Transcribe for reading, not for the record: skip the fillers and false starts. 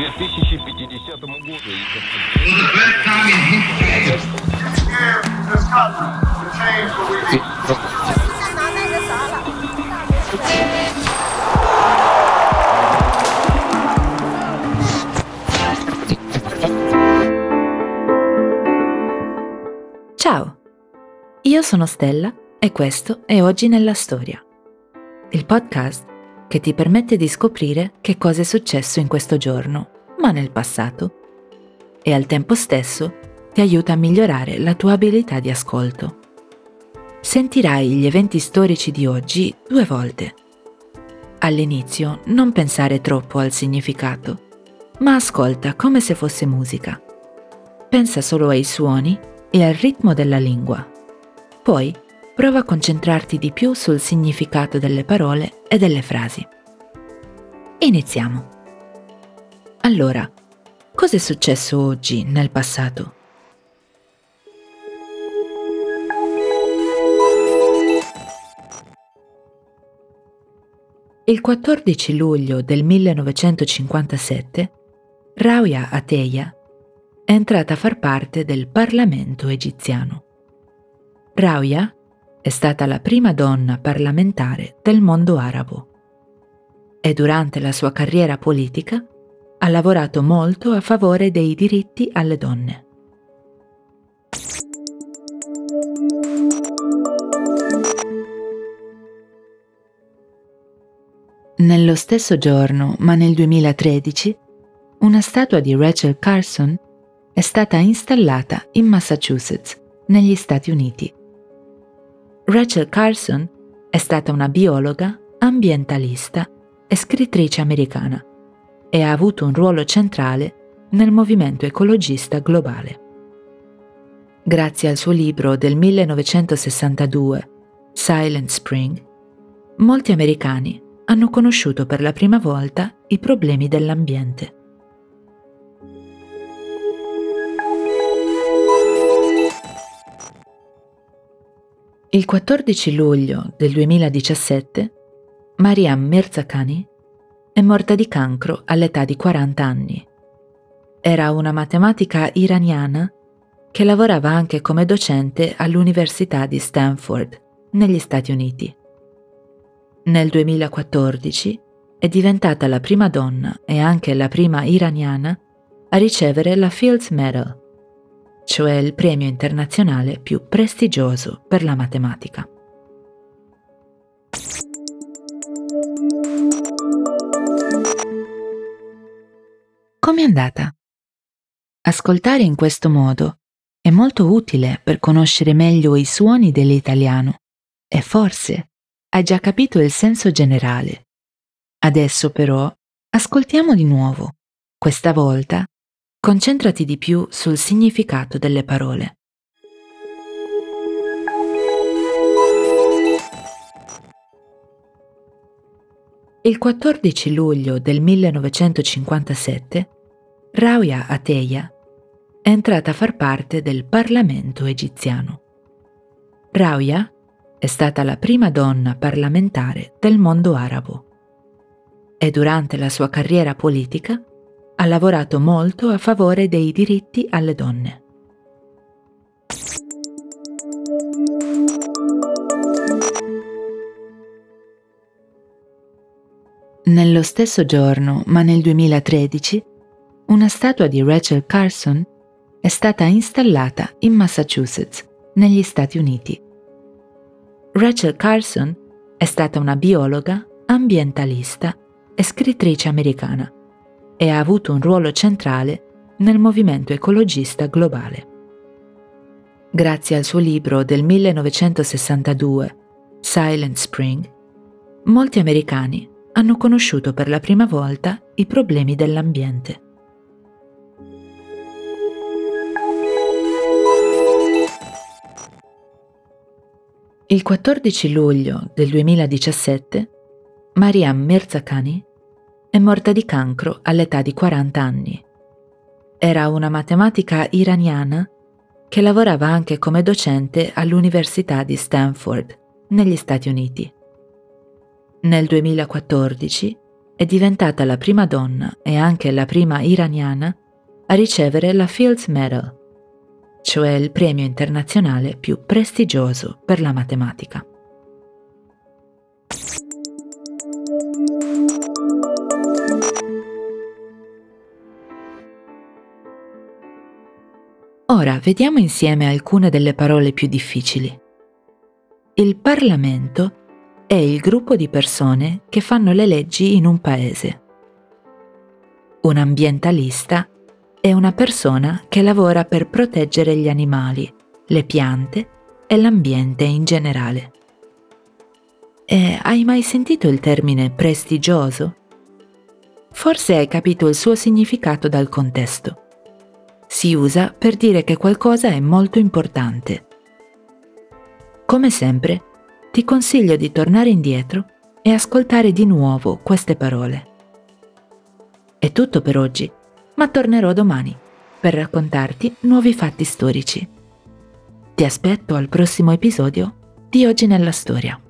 2050 году. Ciao, io sono Stella e questo è Oggi nella Storia, il podcast che ti permette di scoprire che cosa è successo in questo giorno, ma nel passato, e al tempo stesso ti aiuta a migliorare la tua abilità di ascolto. Sentirai gli eventi storici di oggi 2 volte. All'inizio non pensare troppo al significato, ma ascolta come se fosse musica. Pensa solo ai suoni e al ritmo della lingua. Poi prova a concentrarti di più sul significato delle parole e delle frasi. Iniziamo. Allora, cosa è successo oggi nel passato? Il 14 luglio del 1957, Rauya Ateya è entrata a far parte del Parlamento egiziano. Rauya è stata la prima donna parlamentare del mondo arabo e durante la sua carriera politica ha lavorato molto a favore dei diritti alle donne. Nello stesso giorno, ma nel 2013, una statua di Rachel Carson è stata installata in Massachusetts, negli Stati Uniti. Rachel Carson è stata una biologa, ambientalista e scrittrice americana e ha avuto un ruolo centrale nel movimento ecologista globale. Grazie al suo libro del 1962, Silent Spring, molti americani hanno conosciuto per la prima volta i problemi dell'ambiente. Il 14 luglio del 2017, Maryam Mirzakhani è morta di cancro all'età di 40 anni. Era una matematica iraniana che lavorava anche come docente all'Università di Stanford, negli Stati Uniti. Nel 2014 è diventata la prima donna e anche la prima iraniana a ricevere la Fields Medal, cioè il premio internazionale più prestigioso per la matematica. Com'è andata? Ascoltare in questo modo è molto utile per conoscere meglio i suoni dell'italiano e forse hai già capito il senso generale. Adesso però ascoltiamo di nuovo. Questa volta concentrati di più sul significato delle parole. Il 14 luglio del 1957, Rauya Ateya è entrata a far parte del Parlamento egiziano. Rauya è stata la prima donna parlamentare del mondo arabo e durante la sua carriera politica ha lavorato molto a favore dei diritti alle donne. Nello stesso giorno, ma nel 2013, una statua di Rachel Carson è stata installata in Massachusetts, negli Stati Uniti. Rachel Carson è stata una biologa, ambientalista e scrittrice americana e ha avuto un ruolo centrale nel movimento ecologista globale. Grazie al suo libro del 1962, Silent Spring, molti americani hanno conosciuto per la prima volta i problemi dell'ambiente. Il 14 luglio del 2017, Maryam Mirzakhani è morta di cancro all'età di 40 anni. Era una matematica iraniana che lavorava anche come docente all'Università di Stanford, negli Stati Uniti. Nel 2014 è diventata la prima donna e anche la prima iraniana a ricevere la Fields Medal, cioè il premio internazionale più prestigioso per la matematica. Ora vediamo insieme alcune delle parole più difficili. Il Parlamento è il gruppo di persone che fanno le leggi in un paese. Un ambientalista è una persona che lavora per proteggere gli animali, le piante e l'ambiente in generale. E hai mai sentito il termine prestigioso? Forse hai capito il suo significato dal contesto. Si usa per dire che qualcosa è molto importante. Come sempre, ti consiglio di tornare indietro e ascoltare di nuovo queste parole. È tutto per oggi, ma tornerò domani per raccontarti nuovi fatti storici. Ti aspetto al prossimo episodio di Oggi nella Storia.